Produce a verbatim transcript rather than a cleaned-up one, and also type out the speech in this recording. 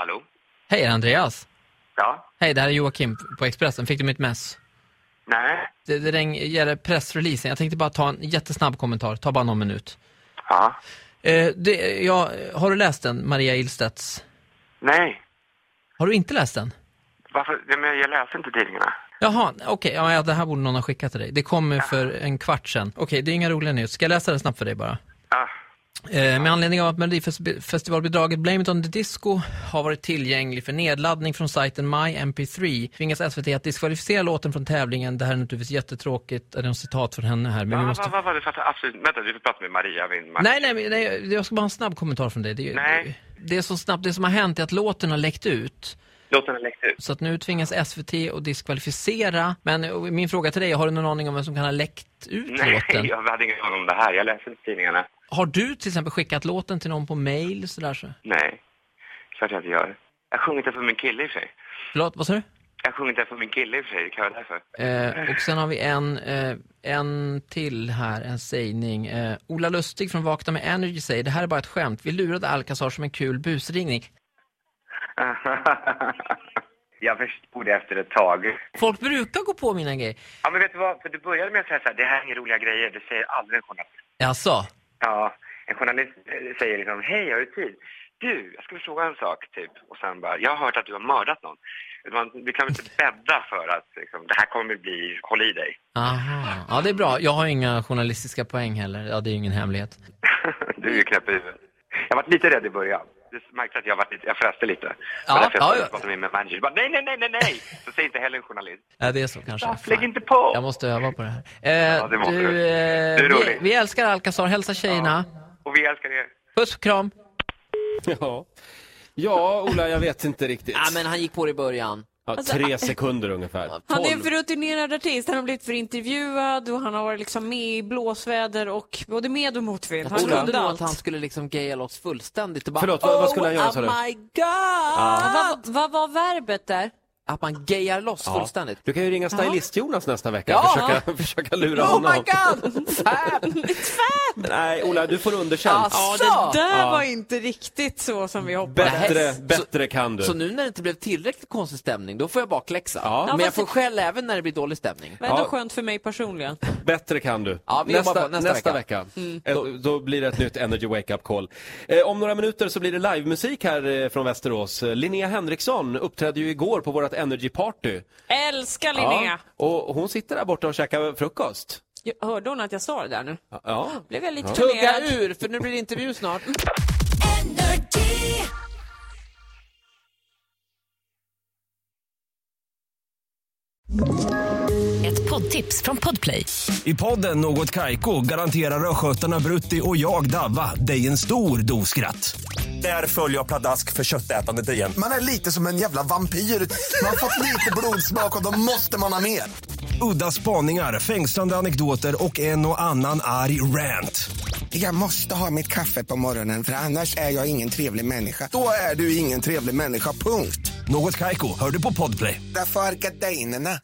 Hallå? Hej, Andreas. Ja? Hej, det här är Joakim på Expressen. Fick du mitt mess? Nej. Det, det gäller pressreleasen. Jag tänkte bara ta en jättesnabb kommentar. Ta bara någon minut. Ja. Eh, det, ja, har du läst den, Maria Ilstedts? Nej. Har du inte läst den? Varför? Jag, jag läser inte tidningarna. Jaha, okej. Okay, ja, det här borde någon ha skickat till dig. Det kom ja. för en kvart sedan. Okej, okay, det är inga roliga nyheter. Ska jag läsa det snabbt för dig bara? Ja. Eh, med anledning av att Melodifestivalbidraget Blame It On The Disco har varit tillgänglig för nedladdning från sajten My M P tre tvingas S V T att diskvalificera låten från tävlingen. Det här är naturligtvis jättetråkigt. Det är en citat från henne här. Men va, vi måste... va, va, va, det fattar absolut. Vänta, du får prata med Maria. Min nej, nej, nej, jag ska bara ha en snabb kommentar från dig. Det, nej. Det, det är så snabbt. Det som har hänt är att låten har läckt ut. Låten har läckt ut. Så att nu tvingas S V T att diskvalificera. Men min fråga till dig, har du någon aning om vem som kan ha läckt ut nej, låten? Nej, jag hade ingen aning om det här. Jag läser inte tidningarna. Har du till exempel skickat låten till någon på mail? Sådär så? Nej, klart jag inte gör. Jag sjunger inte för min kille i sig. Förlåt, vad sa du? Jag sjunger inte för min kille i sig, det kan jag därför. Eh, och sen har vi en, eh, en till här, en sägning. Eh, Ola Lustig från Vakna med Energy säger: det här är bara ett skämt. Vi lurade Alcazar som en kul busringning. Jag förstod det efter ett tag. Folk brukar gå på mina grejer. Ja, men vet du vad? För du började med att säga så här: det här är inga roliga grejer. Det säger aldrig en journalist. Jaså? Ja, en journalist säger liksom: hej, har du tid? Du, jag skulle fråga en sak, typ. Och sen bara: jag har hört att du har mördat någon. Man, vi kan inte bädda för att liksom, det här kommer bli, håll i dig. Aha, ja det är bra. Jag har inga journalistiska poäng heller. Ja, det är ju ingen hemlighet. Du är ju knäpp i huvudet. Jag var lite rädd i början. Du märkte att jag var lite, jag fräste lite. Ja, ja, ja. Jag med min manager. Bara, nej, nej, nej, nej, nej. Så säger inte heller en journalist. Ja, det är så kanske. Lägg inte på. Jag måste öva på det här. Eh, ja, det måste du. du. Eh, det är vi, vi älskar Alcazar. Hälsa tjejerna. Ja. Och vi älskar er. Puss och kram. Ja. Ja, Ola, jag vet inte riktigt. Ja, men han gick på det i början. Ja, alltså, tre sekunder ungefär. Han är en för rutinerad artist. Han har blivit för intervjuad och han har varit liksom med i blåsväder och både med och motvind. Han trodde nog att han skulle liksom gaya loss fullständigt och bara, förlåt, vad, vad skulle han göra, oh sa du? my god! Ja. Vad, vad var verbet där? Att man gayar loss ja. fullständigt. Du kan ju ringa stylist Jonas nästa vecka ja. och försöka, försöka lura oh honom. Oh my god! Fab! It's fab! Nej, Ola, du får underkänt. Alltså, ja, det där ja. var inte riktigt så som vi hoppades. Bättre, bättre kan du. Så nu när det inte blev tillräckligt konstig stämning, då får jag bara kläxa. Ja. Men jag får skäll även när det blir dålig stämning. Men ändå ja. skönt för mig personligen. Bättre kan du. Ja, vi nästa, på nästa, nästa vecka. vecka. Mm. Då, då blir det ett nytt Energy Wake Up Call. Eh, om några minuter så blir det livemusik här eh, från Västerås. Linnea Henriksson uppträdde ju igår på vårt Energy Party. Älskar Linnea. Ja, och hon sitter där borta och käkar frukost. Jag, hörde hon att jag sa det där nu? Ja. Blev jag lite ja. generad. Tugga ur, för nu blir det intervju snart. Ett poddtips från Podplay. I podden Något Kaiko garanterar röskötarna Brutti och jag Davva dig en stor doskratt. Där följer jag pladask för köttätandet igen. Man är lite som en jävla vampyr. Man har fått lite blodsmak och då måste man ha mer. Udda spaningar, fängslande anekdoter och en och annan arg rant. Jag måste ha mitt kaffe på morgonen för annars är jag ingen trevlig människa. Då är du ingen trevlig människa, punkt. Något Kaiko, hör du på Podplay. Därför är gardinerna.